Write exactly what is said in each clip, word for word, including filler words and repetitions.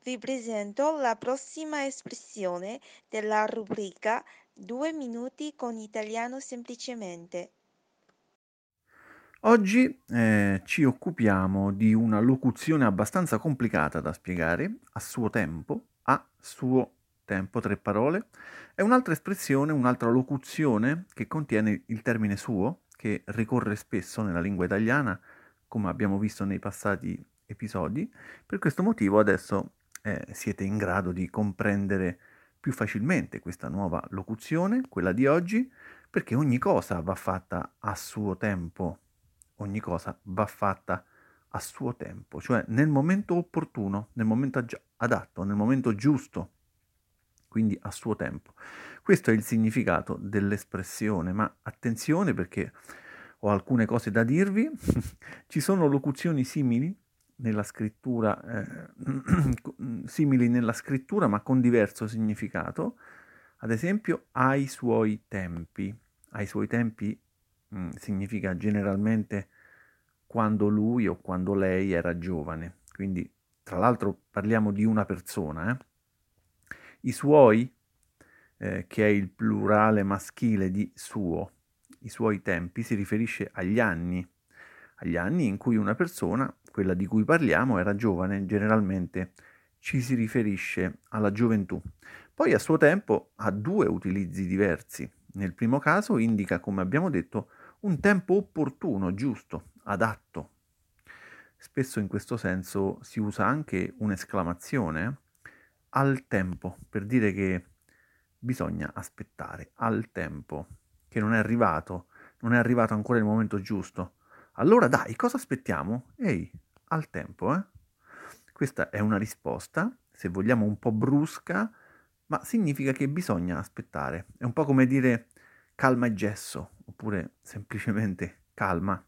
Vi presento la prossima espressione della rubrica Due minuti con italiano semplicemente. Oggi eh, ci occupiamo di una locuzione abbastanza complicata da spiegare, a suo tempo, a suo tempo, tre parole. È un'altra espressione, un'altra locuzione che contiene il termine suo, che ricorre spesso nella lingua italiana, come abbiamo visto nei passati episodi. Per questo motivo adesso eh, siete in grado di comprendere più facilmente questa nuova locuzione, quella di oggi, perché ogni cosa va fatta a suo tempo, ogni cosa va fatta a suo tempo, cioè nel momento opportuno, nel momento ag- adatto, nel momento giusto, quindi a suo tempo. Questo è il significato dell'espressione, ma attenzione perché ho alcune cose da dirvi. Ci sono locuzioni simili nella scrittura, eh, simili nella scrittura, ma con diverso significato. Ad esempio, ai suoi tempi. Ai suoi tempi mh, significa generalmente quando lui o quando lei era giovane. Quindi, tra l'altro, parliamo di una persona. eh. I suoi, eh, che è il plurale maschile di suo, i suoi tempi, si riferisce agli anni, agli anni in cui una persona, quella di cui parliamo, era giovane, generalmente ci si riferisce alla gioventù. Poi a suo tempo ha due utilizzi diversi. Nel primo caso indica, come abbiamo detto, un tempo opportuno, giusto, adatto. Spesso in questo senso si usa anche un'esclamazione al tempo per dire che bisogna aspettare al tempo, che non è arrivato, non è arrivato ancora il momento giusto. Allora dai, cosa aspettiamo? Ehi, al tempo, eh? Questa è una risposta, se vogliamo un po' brusca, ma significa che bisogna aspettare. È un po' come dire calma e gesso, oppure semplicemente calma.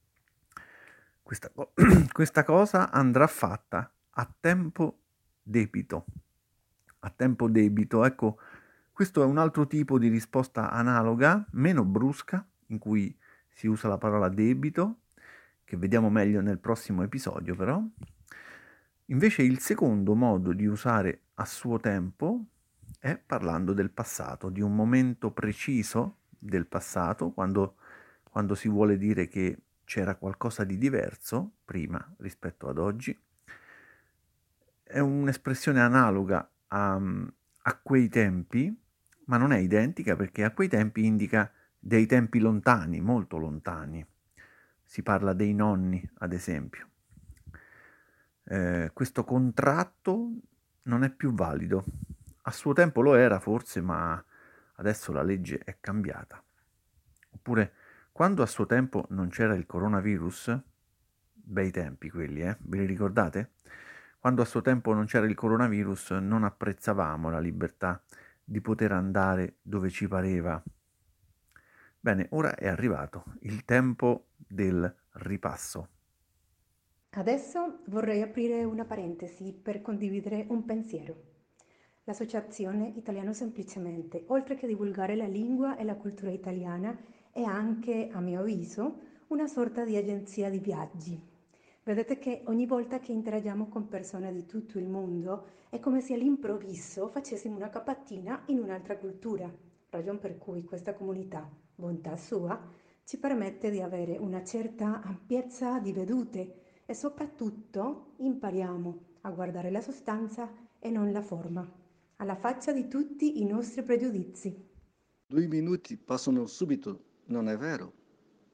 Questa, co- questa cosa andrà fatta a tempo debito. A tempo debito, ecco, questo è un altro tipo di risposta analoga, meno brusca, in cui si usa la parola debito, che vediamo meglio nel prossimo episodio, però. Invece il secondo modo di usare a suo tempo è parlando del passato, di un momento preciso del passato, quando, quando si vuole dire che c'era qualcosa di diverso prima rispetto ad oggi. È un'espressione analoga a, a quei tempi, ma non è identica perché a quei tempi indica dei tempi lontani, molto lontani. Si parla dei nonni, ad esempio. Eh, questo contratto non è più valido. A suo tempo lo era forse, ma adesso la legge è cambiata. Oppure, quando a suo tempo non c'era il coronavirus, bei tempi quelli, eh? Ve li ricordate? Quando a suo tempo non c'era il coronavirus, non apprezzavamo la libertà di poter andare dove ci pareva. Bene, ora è arrivato il tempo del ripasso. Adesso vorrei aprire una parentesi per condividere un pensiero. L'Associazione Italiano Semplicemente, oltre che divulgare la lingua e la cultura italiana, è anche, a mio avviso, una sorta di agenzia di viaggi. Vedete che ogni volta che interagiamo con persone di tutto il mondo è come se all'improvviso facessimo una capatina in un'altra cultura, ragion per cui questa comunità, bontà sua, ci permette di avere una certa ampiezza di vedute e soprattutto impariamo a guardare la sostanza e non la forma, alla faccia di tutti i nostri pregiudizi. Due minuti passano subito, non è vero?